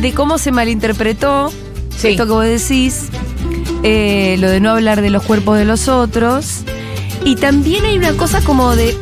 de cómo se malinterpretó esto que vos decís, lo de no hablar de los cuerpos de los otros. Y también hay una cosa como de...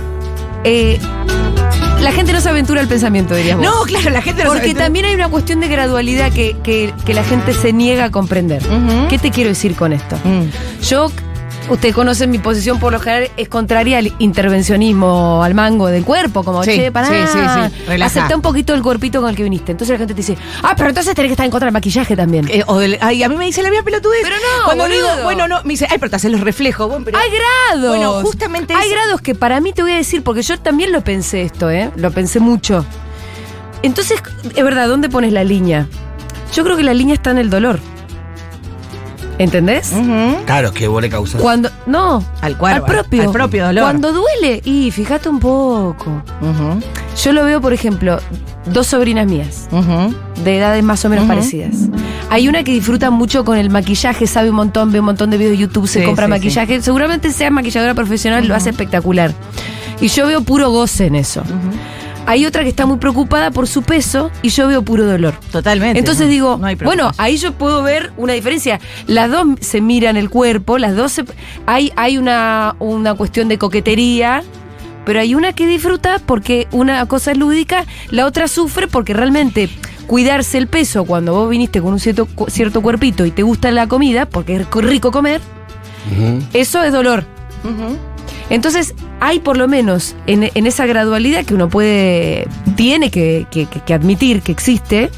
la gente no se aventura al pensamiento, dirías vos. No, claro, la gente no se aventura. Porque también hay una cuestión de gradualidad que la gente se niega a comprender. ¿Qué te quiero decir con esto? Yo... Ustedes conocen mi posición, por lo general es contraria al intervencionismo, al mango del cuerpo, como, che, pará, aceptá un poquito el cuerpito con el que viniste. Entonces la gente te dice, pero entonces tenés que estar en contra del maquillaje también. A mí me dice la misma pelotudez. Pero no, cuando boludo. digo, bueno, no, me dice, pero te haces los reflejos. Bueno, pero, hay grados. Bueno, justamente hay grados que para mí te voy a decir, porque yo también lo pensé esto, lo pensé mucho. Entonces, es verdad, ¿dónde pones la línea? Yo creo que la línea está en el dolor. ¿Entendés? Claro, que vos le causas. Cuando, no, al propio dolor. Cuando duele, y fíjate un poco. Yo lo veo, por ejemplo, 2 sobrinas mías, de edades más o menos parecidas. Hay una que disfruta mucho con el maquillaje, sabe un montón, ve un montón de videos de YouTube, se compra maquillaje. Seguramente sea maquilladora profesional, lo hace espectacular. Y yo veo puro goce en eso. Hay otra que está muy preocupada por su peso y yo veo puro dolor. Totalmente. Entonces digo, bueno, ahí yo puedo ver una diferencia. Las dos se miran el cuerpo, las dos hay una cuestión de coquetería, pero hay una que disfruta porque una cosa es lúdica, la otra sufre porque realmente cuidarse el peso cuando vos viniste con un cierto cuerpito y te gusta la comida, porque es rico comer, eso es dolor. Entonces, hay por lo menos en esa gradualidad que uno tiene que admitir que existe,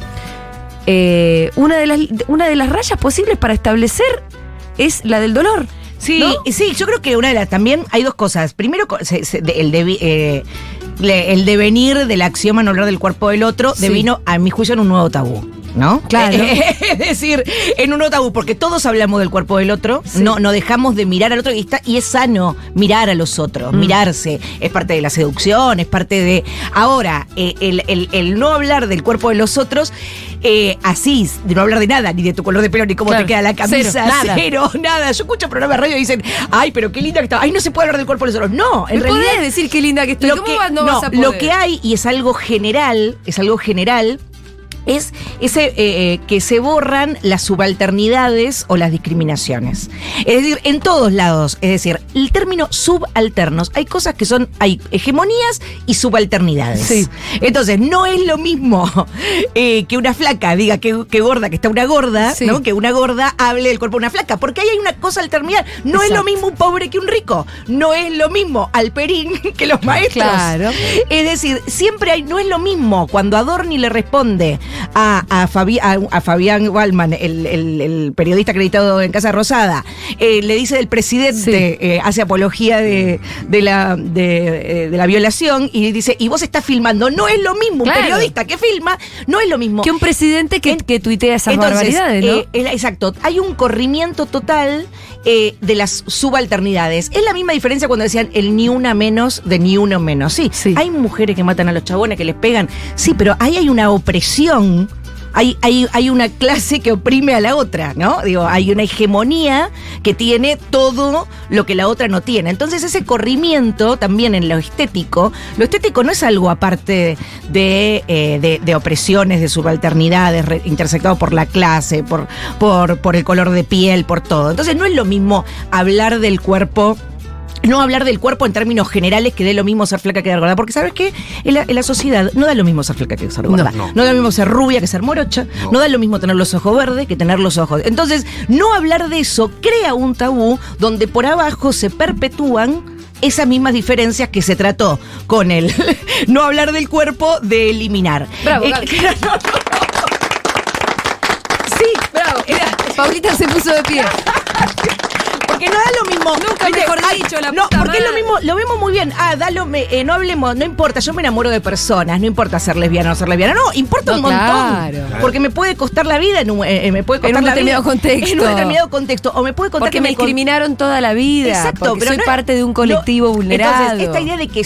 una de las rayas posibles para establecer es la del dolor. Sí, ¿no? Sí, yo creo que también hay 2 cosas. Primero, el devenir del axioma no hablar del cuerpo del otro devino, a mi juicio, en un nuevo tabú. ¿No? Claro. Es decir, en un nuevo tabú, porque todos hablamos del cuerpo del otro, no dejamos de mirar al otro y es sano mirar a los otros, mirarse, es parte de la seducción, es parte de... Ahora, el no hablar del cuerpo de los otros, así, de no hablar de nada, ni de tu color de pelo, ni cómo te queda la camisa, cero, nada. Yo escucho programas de radio y dicen, ay, pero qué linda que está, ay, no se puede hablar del cuerpo de los otros. No, en realidad... podés decir qué linda que estoy, ¿cómo no vas a poder? Lo que hay, y es algo general, es que se borran las subalternidades o las discriminaciones. Es decir, en todos lados. Es decir, el término subalternos, hay cosas que hay hegemonías y subalternidades. Sí. Entonces, no es lo mismo que una flaca diga que gorda, que está una gorda, ¿no? Que una gorda hable del cuerpo de una flaca, porque ahí hay una cosa alternidad. No es lo mismo un pobre que un rico. No es lo mismo Alperín que los maestros. Claro. Es decir, siempre no es lo mismo cuando Adorni le responde a Fabián Waldman, el periodista acreditado en Casa Rosada, le dice del presidente, hace apología de la violación y dice, y vos estás filmando. No es lo mismo, un periodista que filma, no es lo mismo que un presidente que tuitea esas barbaridades, ¿no? Exacto, hay un corrimiento total de las subalternidades. Es la misma diferencia cuando decían el ni una menos de ni uno menos. Sí, hay mujeres que matan a los chabones, que les pegan, sí, pero ahí hay una opresión. Hay una clase que oprime a la otra, ¿no? Digo, hay una hegemonía que tiene todo lo que la otra no tiene. Entonces ese corrimiento también en lo estético no es algo aparte de opresiones, de subalternidades, intersectado por la clase, por el color de piel, por todo. Entonces no es lo mismo hablar del cuerpo. No hablar del cuerpo en términos generales, que dé lo mismo ser flaca que ser gorda. Porque, ¿sabes qué? En la sociedad no da lo mismo ser flaca que ser gorda. No da lo mismo ser rubia que ser morocha. No da lo mismo tener los ojos verdes que tener los ojos. Entonces, no hablar de eso crea un tabú donde por abajo se perpetúan esas mismas diferencias que se trató con el no hablar del cuerpo de eliminar. Bravo, Sí, bravo. Paulita se puso de pie. Porque no da lo mismo. Nunca mejor dicho, la puta porque madre. es lo mismo, lo vemos muy bien. No hablemos, no importa, yo me enamoro de personas, no importa ser lesbiana o no ser lesbiana. No, importa un montón. Claro. Porque me puede costar la vida, me puede costar en un la determinado vida. contexto. En un determinado contexto. O me puede contar porque me discriminaron toda la vida. Exacto, porque pero soy parte de un colectivo vulnerado. Entonces, esta idea de que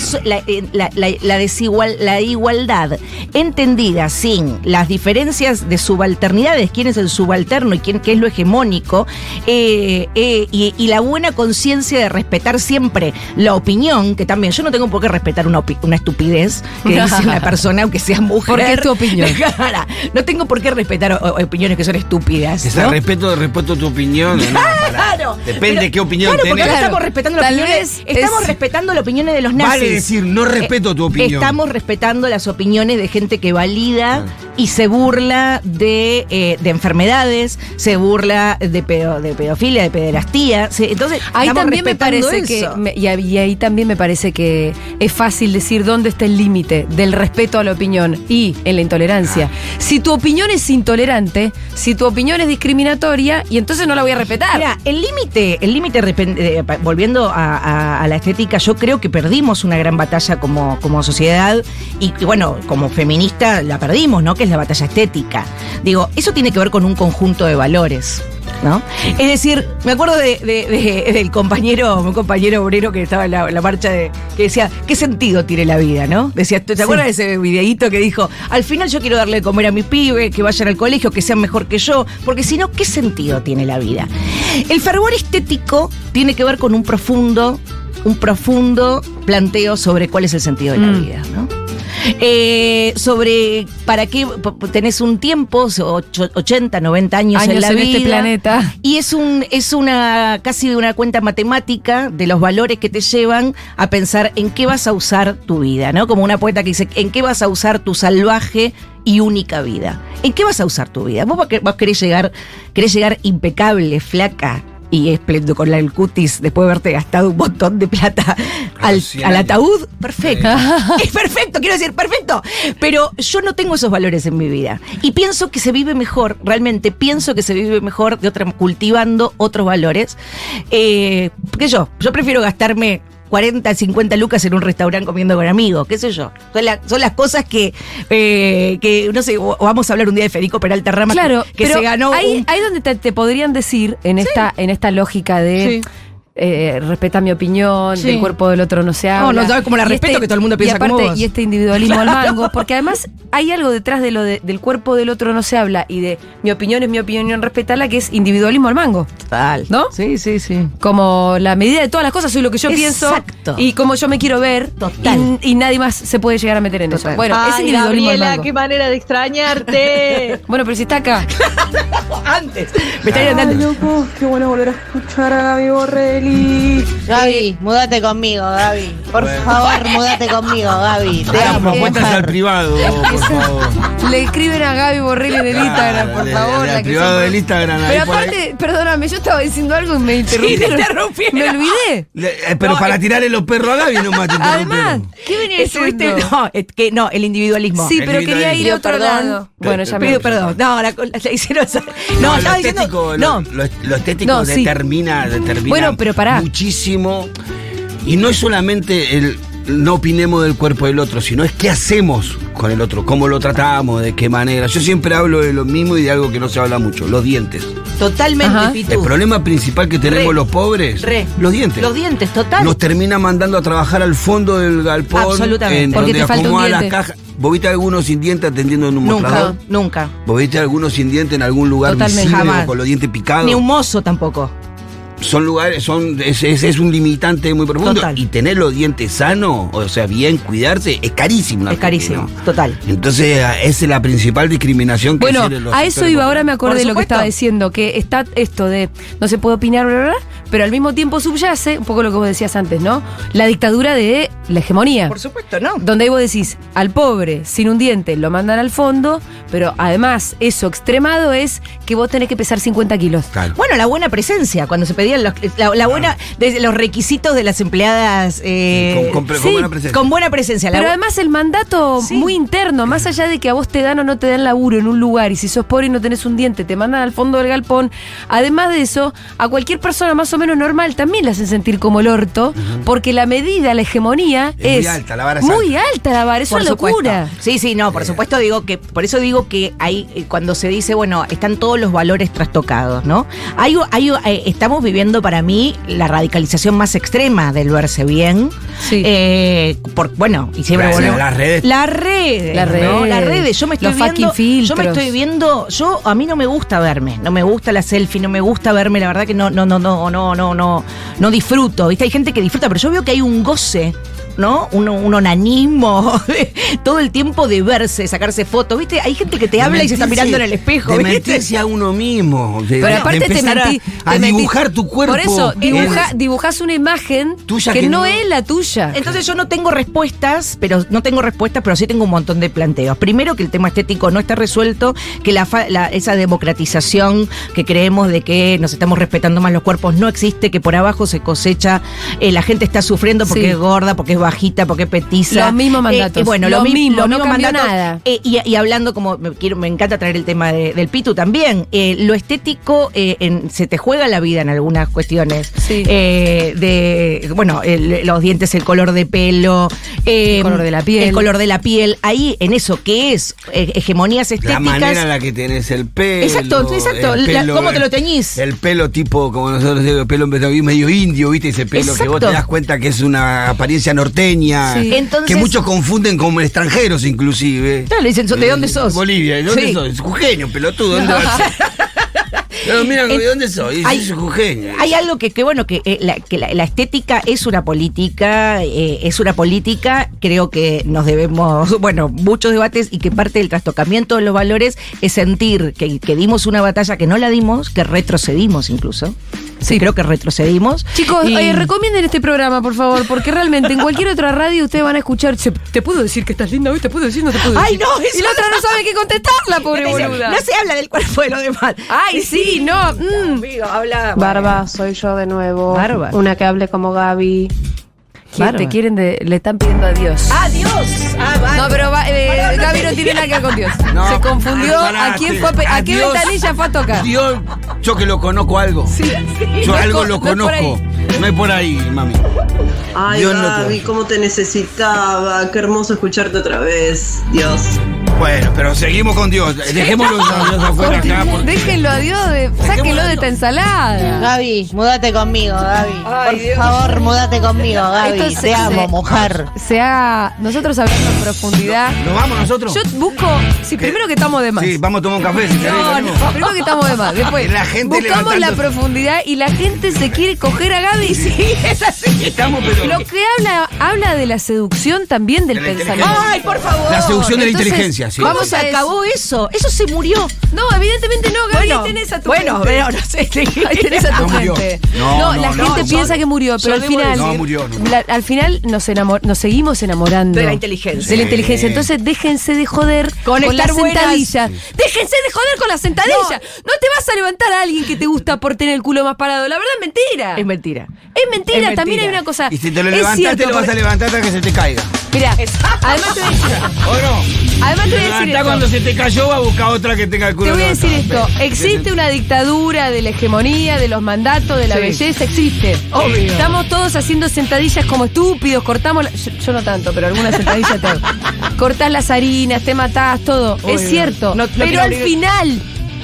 la igualdad entendida sin las diferencias de subalternidades, quién es el subalterno y qué es lo hegemónico, y y la buena conciencia de respetar siempre la opinión, que también yo no tengo por qué respetar una estupidez que dice una persona, aunque sea mujer. Porque es tu opinión. No tengo por qué respetar opiniones que son estúpidas. ¿No? Respeto tu opinión. Claro. Depende de qué opinión tenés. Porque ahora estamos respetando las opiniones de los nazis. Vale decir, no respeto tu opinión. Estamos respetando las opinioes de gente que valida y se burla de enfermedades, se burla de pedofilia, de pederastía. Entonces, ahí también me parece y ahí también me parece que es fácil decir dónde está el límite del respeto a la opinión y en la intolerancia. Si tu opinión es intolerante, si tu opinión es discriminatoria, y entonces no la voy a respetar. Mira, el límite, volviendo a la estética, yo creo que perdimos una gran batalla como sociedad y bueno, como feminista la perdimos, ¿no? Que es la batalla estética. Digo, eso tiene que ver con un conjunto de valores, ¿no? Es decir, me acuerdo del un compañero obrero que estaba en la marcha que decía, ¿qué sentido tiene la vida, no? Decía, ¿te acuerdas de ese videíto que dijo, al final yo quiero darle de comer a mis pibes, que vayan al colegio, que sean mejor que yo, porque si no, ¿qué sentido tiene la vida? El fervor estético tiene que ver con un profundo planteo sobre cuál es el sentido de la vida, ¿no? Sobre para qué tenés un tiempo, 80, 90 años en la vida, este planeta. Y es casi una cuenta matemática de los valores que te llevan a pensar en qué vas a usar tu vida, ¿no? Como una poeta que dice, ¿en qué vas a usar tu salvaje y única vida? ¿En qué vas a usar tu vida? Vos querés llegar impecable, flaca y espléndido con el cutis después de haberte gastado un montón de plata al ataúd, perfecto. Es perfecto, quiero decir, perfecto. Pero yo no tengo esos valores en mi vida. Y pienso que se vive mejor, realmente pienso que se vive mejor cultivando otros valores. Porque yo prefiero gastarme 40, 50 lucas en un restaurante comiendo con amigos, qué sé yo. Son las cosas que no sé, vamos a hablar un día de Federico Peralta Rama, claro, que se ganó. Ahí donde te podrían decir, en esta lógica de respeta mi opinión, del cuerpo del otro no se habla. No sabes cómo la respeto, que todo el mundo piensa como vos. Y este individualismo al mango, porque además hay algo detrás de del cuerpo del otro no se habla y de mi opinión es mi opinión, respetala, que es individualismo al mango. Total. ¿No? Sí. Como la medida de todas las cosas, soy lo que yo pienso y como yo me quiero ver. Total. Y nadie más se puede llegar a meter en eso. Bueno, es individualismo Gabriela, al mango. qué manera de extrañarte. Bueno, pero si está acá. Antes. Me está andando. Loco, qué bueno volver a escuchar a Gaby Borrelli. Gaby, múdate conmigo, Gaby. Por favor, múdate conmigo, Gaby. Te amo. Cuentas al privado, por favor. Le escriben a Gaby Borrelli en el Instagram, por favor. Al privado del Instagram. Pero aparte, perdóname, yo estaba diciendo algo y me interrumpieron. Me olvidé. Pero para tirarle los perros a Gaby nomás te Además, ¿qué venía diciendo? No, el individualismo. Sí, pero quería ir a otro lado. Bueno, ya me pido perdón. No, la hicieron. No, lo estético, lo estético determina bueno, pero pará. Muchísimo. Y no es solamente no opinemos del cuerpo del otro, sino es qué hacemos con el otro, cómo lo tratamos, de qué manera. Yo siempre hablo de lo mismo y de algo que no se habla mucho, los dientes. Totalmente, Pitu. El problema principal que tenemos los pobres, los dientes. Los dientes, total. Nos termina mandando a trabajar al fondo del galpón. Absolutamente. En porque donde te falta un acomodan diente. las cajas. ¿Vos viste a algunos sin dientes atendiendo en un mostrador? Nunca. ¿Vos viste a algunos sin dientes en algún lugar Totalmente. visible Jamás. o con los dientes picados? Ni un mozo tampoco. Son lugares, es un limitante muy profundo. Total. Y tener los dientes sanos, o sea, bien cuidarse, es carísimo. Es carísimo, total. Entonces, esa es la principal discriminación que bueno, tienen los a eso iba, ahora me acordé de lo que supuesto. estaba diciendo, que está esto de no se puede opinar, bla, bla, bla, pero al mismo tiempo subyace, un poco lo que vos decías antes, ¿no? La dictadura de la hegemonía. Por supuesto, ¿no? Donde ahí vos decís, al pobre, sin un diente, lo mandan al fondo, pero además, eso extremado es que vos tenés que pesar 50 kilos. Claro. Bueno, la buena presencia, cuando se pedían los requisitos de las empleadas. Con buena presencia. Con buena presencia. Pero además el mandato muy interno, más allá de que a vos te dan o no te dan laburo en un lugar, y si sos pobre y no tenés un diente, te mandan al fondo del galpón. Además de eso, a cualquier persona más o menos normal también la hacen sentir como el orto, porque la medida, la hegemonía hegemonía Es es muy alta, la vara es muy alta la vara, es Por una locura. supuesto. Sí, no, por supuesto por eso digo que hay, cuando se dice, bueno, están todos los valores trastocados, ¿no? Estamos viviendo para mí la radicalización más extrema del verse bien. Sí. Y siempre Gracias a volvemos- las redes. Las redes. Las ¿no? redes. Las redes. Yo me estoy Los fucking viendo. filtros. Yo me estoy viendo. A mí no me gusta verme. No me gusta la selfie, no me gusta verme. La verdad que no disfruto. ¿Viste? Hay gente que disfruta, pero yo veo que hay un goce, ¿no? Un onanismo todo el tiempo de verse, de sacarse fotos, ¿viste? Hay gente que te habla y se está mirando en el espejo, De ¿viste? mentirse a uno mismo. Pero aparte te empezar mentí. a te mentí. dibujar tu cuerpo. Por eso, en- dibujás una imagen Tuya que que no no- es la tuya. Entonces yo no tengo respuestas, pero sí tengo un montón de planteos. Primero, que el tema estético no está resuelto, que esa democratización que creemos de que nos estamos respetando más los cuerpos no existe, que por abajo se cosecha, la gente está sufriendo porque Sí. es gorda, porque es bajita, porque es petiza. Los mismos mandatos. Bueno, Lo los mismo, no mismos cambió mandatos. nada. Y hablando como me encanta traer el tema del Pitu también, lo estético se te juega la vida en algunas cuestiones. Sí. Los dientes, el color de pelo, El color de la piel. el color de la piel. Ahí en eso que es hegemonías La estéticas. manera en la que tenés el pelo. Exacto. el ¿Cómo te lo teñís? El pelo tipo, como nosotros decimos, el pelo medio indio, ¿viste? Ese pelo que vos Exacto. te das cuenta que es una apariencia norteña. Sí. Entonces- que muchos confunden como extranjeros inclusive. Claro, le dicen, ¿de dónde sos? Bolivia. ¿De dónde Sí. sos? Jujeño, pelotudo. ¿Dónde vas a ser? No, mira, ¿de dónde soy? Hay- Soy jujeño. Hay algo que la estética es una política, creo que nos debemos, muchos debates y que parte del trastocamiento de los valores es sentir que dimos una batalla que no la dimos, que retrocedimos incluso. Sí, creo que retrocedimos. Chicos, Y- recomienden este programa, por favor, porque realmente en cualquier otra radio ustedes van a escuchar, te puedo decir que estás linda hoy, te puedo decir, no te puedo decir. ¡Ay, no! Y la otra no sabe qué contestarla, pobre boluda. No se habla del cuerpo de los demás. Ay, sí, no. Amigo, habla. Barba, soy yo de nuevo. Barba. Una que hable como Gaby. ¿Quién te quieren le están pidiendo a Dios. ¡Adiós! Vale. No, pero Perdón, Gaby no tiene nada que ver con Dios. No, Se confundió. pará, ¿A quién sí. fue a qué Dios. ventanilla fue a tocar? Dios, yo que lo conozco algo. Yo No es algo por- lo no es por ahí. conozco. No es por ahí, mami. Ay, Dios no te Gaby, va. cómo te necesitaba. Qué hermoso escucharte otra vez. Dios. Bueno, pero seguimos con Dios. Dejémoslo a Dios afuera acá. porque- Déjenlo a Dios, sáquenlo de esta ensalada. Gaby, múdate conmigo, Gaby. Ay, Por Dios. favor, múdate conmigo, Gaby. Esto Te amo, mujer. Nosotros hablando en profundidad. ¿Nos vamos nosotros? Yo busco, primero que estamos de más. Sí, vamos a tomar un café si querés. No, primero que estamos de más. Después La gente buscamos la levantando- profundidad y la gente se quiere coger a Gaby. Sí, es así. Estamos, pero. Lo que habla de la seducción también del De la pensamiento. ¡Ay, por favor! La seducción de la Entonces, inteligencia, sí. ¿Cómo se acabó eso? Eso se murió. No, evidentemente no, Gaby, ahí tenés a tu gente. pero no sé. Ahí tenés a tu No murió. gente. No, la no, gente no, piensa yo- que murió, pero yo al debo final. decir- No, murió, no. Al final nos seguimos enamorando. De la inteligencia. De la Sí. inteligencia. Entonces déjense de joder Con con estar la buenas. sentadilla. Déjense de joder con la sentadilla. No te vas a levantar a alguien que te gusta por tener el culo más parado. La verdad es mentira. Es mentira. Es mentira. Es También hay mentira. una cosa. Y si te lo es levantaste, cierto, lo vas a levantar hasta que se te caiga. Mira, además te voy a decir. ¿O no? Además te voy a decir Levantá esto. cuando se te cayó, va a buscar otra que tenga el culo. Te voy a decir levantado. esto, existe una dictadura de la hegemonía, de los mandatos, de la Sí. belleza, existe. Obvio. Estamos todos haciendo sentadillas como estúpidos, cortamos, yo no tanto, pero algunas sentadillas te hago. Cortás las harinas, te matás, todo. Obvio. Es cierto, No pero quiero al abrir- final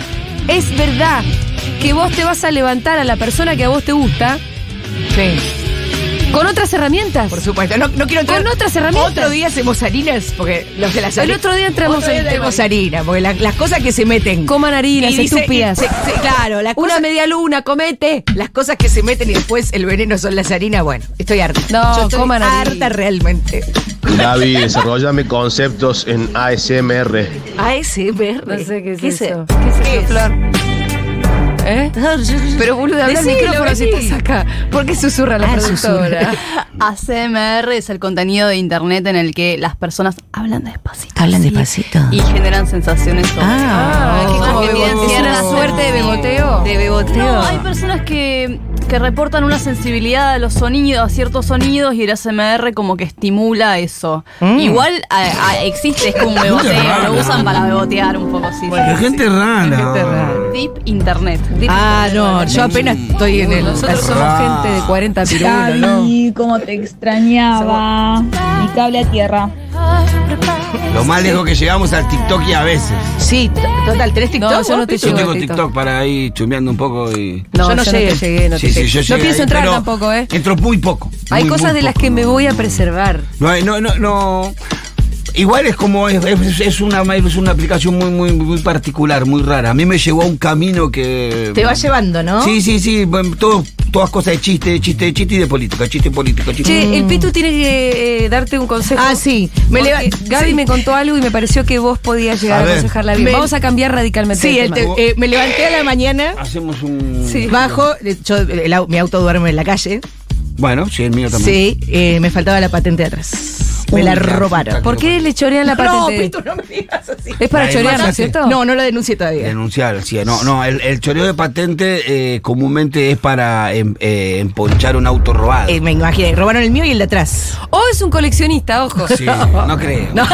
es verdad que vos te vas a levantar a la persona que a vos te gusta Sí. con otras herramientas. Por supuesto. No quiero entrar. Con otras herramientas. Otro día hacemos harinas, porque los de las El otro día entramos Otro día en el tema. hacemos harina, porque las cosas que se meten. Coman harinas, Y dice- estúpidas. claro, las Una cosas, media luna, comete. las cosas que se meten y después el veneno son las harinas. Bueno, estoy harta. No, Yo estoy coman harina. harta realmente. Gaby, desarrollame conceptos en ASMR. ASMR. No sé qué es ¿Qué eso. ¿Qué es eso, Flor? ¿Eh? Pero boludo, habla el Decilo, micrófono si vení. estás acá. ¿Por qué susurra la productora? ASMR es el contenido de internet en el que las personas hablan despacito. Hablan sí, despacito. Y generan sensaciones sobre- Ah, que como que que tienen es una cierta suerte de beboteo. De beboteo. No, hay personas que reportan una sensibilidad a los sonidos, a ciertos sonidos, y el ASMR como que estimula eso. Igual existe, es como un beboteo, lo usan para bebotear un poco, sí. La gente rara. Gente rara. Deep Internet. No, yo apenas estoy en el... Nosotros somos gente de 40 pirulos, ¿no? Gaby, cómo te extrañaba. Mi cable a tierra. Lo más lejos que llegamos al TikTok y a veces. Sí, total, ¿tenés TikTok? No, yo no te Yo llego tengo a TikTok para ir chumeando un poco y... No, yo no llegué. llegué, no Sí, te llegué. yo No llegué pienso ahí, entrar pero tampoco, ¿eh? Entro muy poco. Hay muy, cosas muy de las poco. que me voy a preservar. No. Igual es como es una aplicación muy particular, muy rara. A mí me llevó a un camino que Te va llevando, ¿no? Sí, bueno, todas cosas de chiste y de política, chiste. Che, el Pitu tiene que darte un consejo. Ah, sí. Porque Gaby me contó algo y me pareció que vos podías llegar a ver. aconsejarla bien. Vamos a cambiar radicalmente Sí, el tema. me levanté a la mañana, Hacemos un... Sí. bajo, mi auto duerme en la calle. Bueno, sí, el mío también. Sí, me faltaba la patente de atrás. Me la robaron. ¿Por qué le chorean la No, patente? Pitu, no me digas así. Es para chorear, ¿no es imagínate. cierto? No la denuncié todavía. Denunciar, sí. No, el choreo de patente comúnmente es para emponchar un auto robado. Me imaginé, robaron el mío y el de atrás. O es un coleccionista, ojo. Sí, no creo. No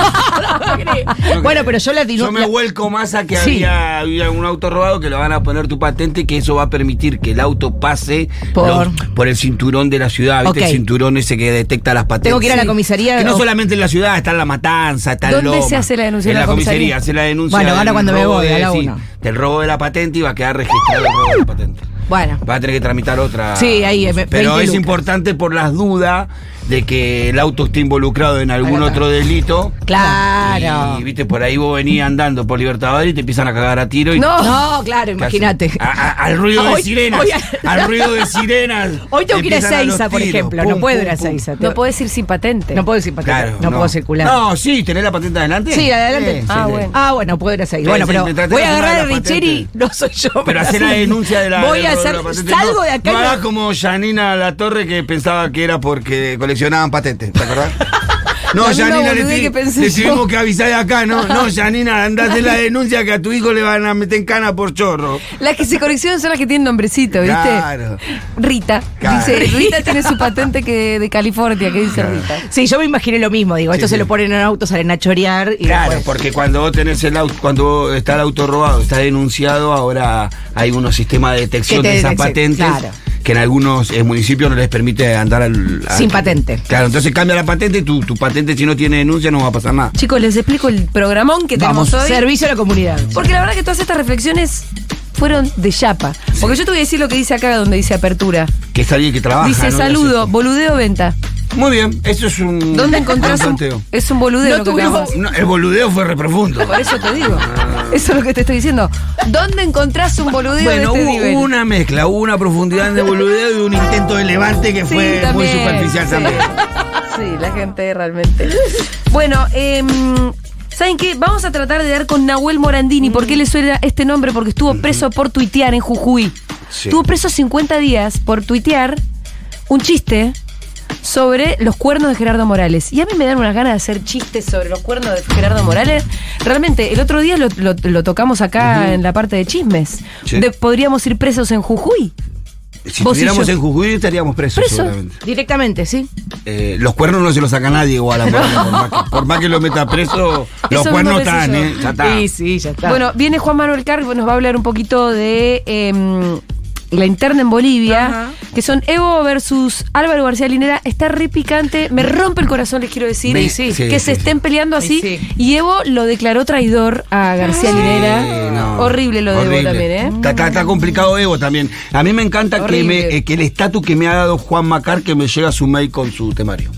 creo. Bueno, pero yo la Yo me vuelco más a que Sí. había un auto robado que le van a poner tu patente, que eso va a permitir que el auto pase por el cinturón de la ciudad, ¿viste? Ok. El cinturón ese que detecta las patentes. Tengo que ir a la comisaría. Que no o- solamente en la ciudad, está en La Matanza, está en ¿Dónde Loma. se hace la denuncia? En ¿En la la comisaría? comisaría, hace la denuncia. Bueno, ahora del cuando me robo voy, a la sí, 1. del robo de la patente y va a quedar registrado el robo de la patente. Bueno. Va a tener que tramitar otra. Sí, ahí, 20 Pero es lucas. importante por las dudas de que el auto esté involucrado en algún Ahí está. otro delito. Claro. Y viste, por ahí vos venís andando por Libertadores y te empiezan a cagar a tiro. Y No, claro, imagínate. Al ruido de Hoy- sirenas. hoy- Al ruido de sirenas. Hoy tengo que ir a empiezan los Seiza, por tiros. ejemplo. Pum, No puedo pum, ir a pum. Seiza. No podés ir sin patente. No puedo ir sin patente. Claro, no puedo circular. No, sí, ¿tenés la patente adelante? Sí, adelante. Ah, sí. bueno. Ah, bueno, puedo ir a Seiza. Sí, Bueno, sí, pero mientras voy a tengas agarrar a la Richeri. patente. No soy yo. Pero hacer la denuncia de la. Voy a del robo de hacer. la patente. Salgo de acá. No y hagas como Janina Latorre que pensaba que era porque coleccionaban patentes, ¿te acordás? No, La misma Janina, boludez que pensé le yo. tuvimos que avisar de acá, ¿no? No, Janina, andá a hacer la denuncia que a tu hijo le van a meter en cana por chorro. Las que se coleccionan son las que tienen nombrecito, ¿viste? Claro. Rita. Claro. Dice, Rita tiene su patente de California, que dice Rita. Sí, yo me imaginé lo mismo. Digo, Sí, esto sí. se lo ponen en auto, salen a chorear. Y Claro, después- porque cuando vos tenés el auto, cuando está el auto robado, está denunciado, ahora hay unos sistemas de detección Que te de esas detecten, patentes claro. que en algunos municipios no les permite andar Sin patente. Claro, entonces cambia la patente y tu patente si no tiene denuncia no va a pasar nada. Chicos, les explico el programón que Vamos, tenemos hoy. servicio a la comunidad. Porque la verdad que todas estas reflexiones fueron de chapa. Porque yo te voy a decir lo que dice acá donde dice apertura. Que es alguien que trabaja. Dice ¿no? saludo, boludeo, venta. Muy bien, eso es un. ¿Dónde encontrás buen un, planteo. es un boludeo No lo que tuvimos- acabamos de decir. No, el boludeo fue reprofundo. Por eso te digo. Eso es lo que te estoy diciendo. ¿Dónde encontrás un boludeo Bueno, de este hubo nivel? una mezcla, hubo una profundidad de boludeo y un intento de levante que Sí, fue muy también, superficial sí. también. Sí, la gente realmente. Bueno, ¿saben qué? Vamos a tratar de dar con Nahuel Morandini. ¿Por qué le suena este nombre? Porque estuvo preso por tuitear en Jujuy. Sí. Estuvo preso 50 días por tuitear un chiste sobre los cuernos de Gerardo Morales. Y a mí me dan unas ganas de hacer chistes sobre los cuernos de Gerardo Morales. Realmente, el otro día lo tocamos acá en la parte de chismes. Sí. Podríamos ir presos en Jujuy. Si Vos y estuviéramos yo. en Jujuy estaríamos presos, ¿Presos? seguramente. Directamente, sí. Los cuernos no se los saca nadie igual a Morales, por más que lo meta preso, los Eso cuernos mismo pensé están, yo. ya está. Sí, ya está. Bueno, viene Juan Manuel Carg, nos va a hablar un poquito de la interna en Bolivia, Ajá. que son Evo versus Álvaro García Linera. Está re picante, me rompe el corazón, les quiero decir, Sí, que sí, se sí. estén peleando así. Sí. Y Evo lo declaró traidor a García Linera. No, Horrible lo de Evo horrible. también, ¿eh? Está complicado Evo también. A mí me encanta Horrible. que el estatus que me ha dado Juan Macar que me llega su mail con su temario.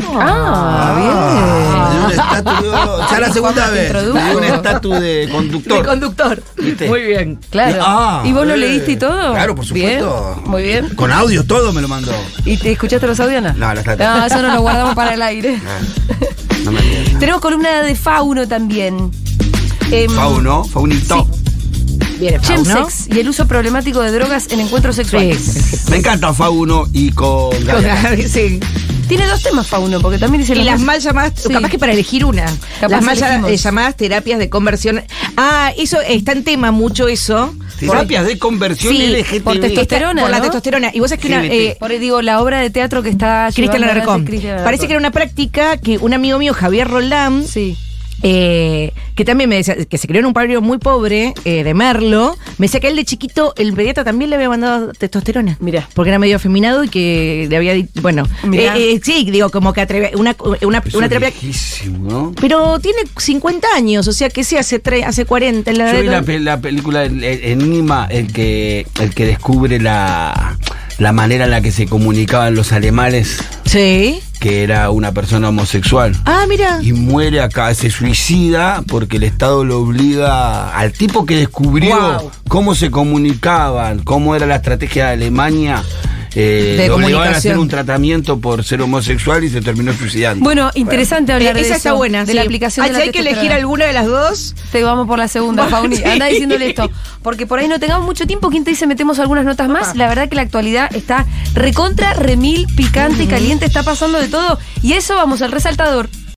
Ah, Un estatus, ya la segunda Juan, te vez. introdujo. Me dio un estatus de conductor. De conductor. ¿Viste? Muy bien. bien. Claro. Ah, ¿Y vos lo leíste y todo? Claro, por supuesto. Bien, muy bien. Con audio todo me lo mandó. ¿Y te escuchaste los audios? No, los audios. No, eso no lo guardamos para el aire. No me digas. Tenemos columna de Fauno también. Faunito. Viene Fauno. Chemsex y el uso problemático de drogas en encuentros sexuales. Sí. Me encanta Fauno y con Gaby. Sí. Tiene dos temas Fauno, porque también dice Y lo las mismo. mal llamadas, Sí. capaz que para elegir una. Capaz las mal elegimos. llamadas terapias de conversión. Ah, eso está en tema mucho eso. Terapias de conversión Sí, LGTB. por testosterona, Por la ¿no? testosterona. Y vos sabés que una, GBT. Por ahí digo, la obra de teatro que está Cristian llevando Alarcón. adelante Cristian Parece que era una práctica que un amigo mío, Javier Roldán, Sí. que también me decía que se crió en un barrio muy pobre de Merlo, me decía que él de chiquito, el pediatra también le había mandado testosterona. Mirá. Porque era medio afeminado y que le había dicho, bueno, sí, digo, como que una terapia. Viejísimo, ¿no? Pero tiene 50 años, o sea que sí, hace 40. Yo vi la película Enigma, el que descubre la manera en la que se comunicaban los alemanes. Sí. Que era una persona homosexual. Ah, mira. Y muere acá, se suicida porque el Estado lo obliga al tipo que descubrió cómo se comunicaban, cómo era la estrategia de Alemania. Le obligaban a hacer un tratamiento por ser homosexual y se terminó suicidando. Bueno, interesante hablar de eso. Esa está buena, de la aplicación de la hay que elegir alguna de las dos. Te vamos por la segunda, Fauni. Anda diciéndole esto. Porque por ahí no tengamos mucho tiempo. ¿Quién te dice metemos algunas notas más? La verdad que la actualidad está recontra, remil, picante y caliente. Está pasando de todo. Y eso vamos al resaltador.